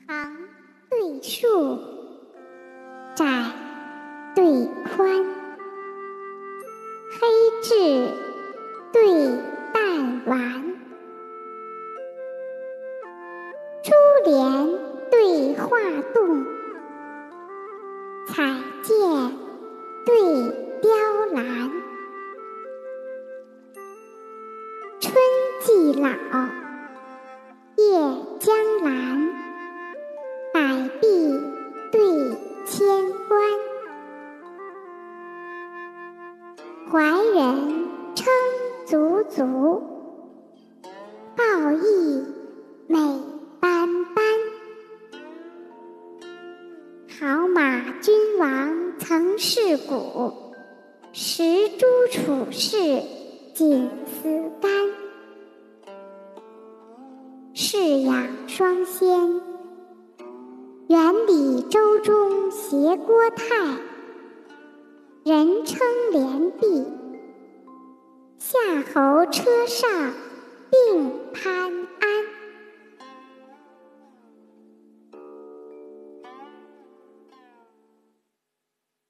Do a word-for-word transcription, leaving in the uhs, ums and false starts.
长对竖，窄对宽，黑质对淡蓝，珠帘对画栋，彩剑对雕栏。春既老，夜将蓝，百壁对千关。怀人称足足，抱翼美斑斑。好马君王曾是古，石珠处士锦丝干。侍养双仙，原理周中谐郭泰，人称连璧，夏侯车上并攀。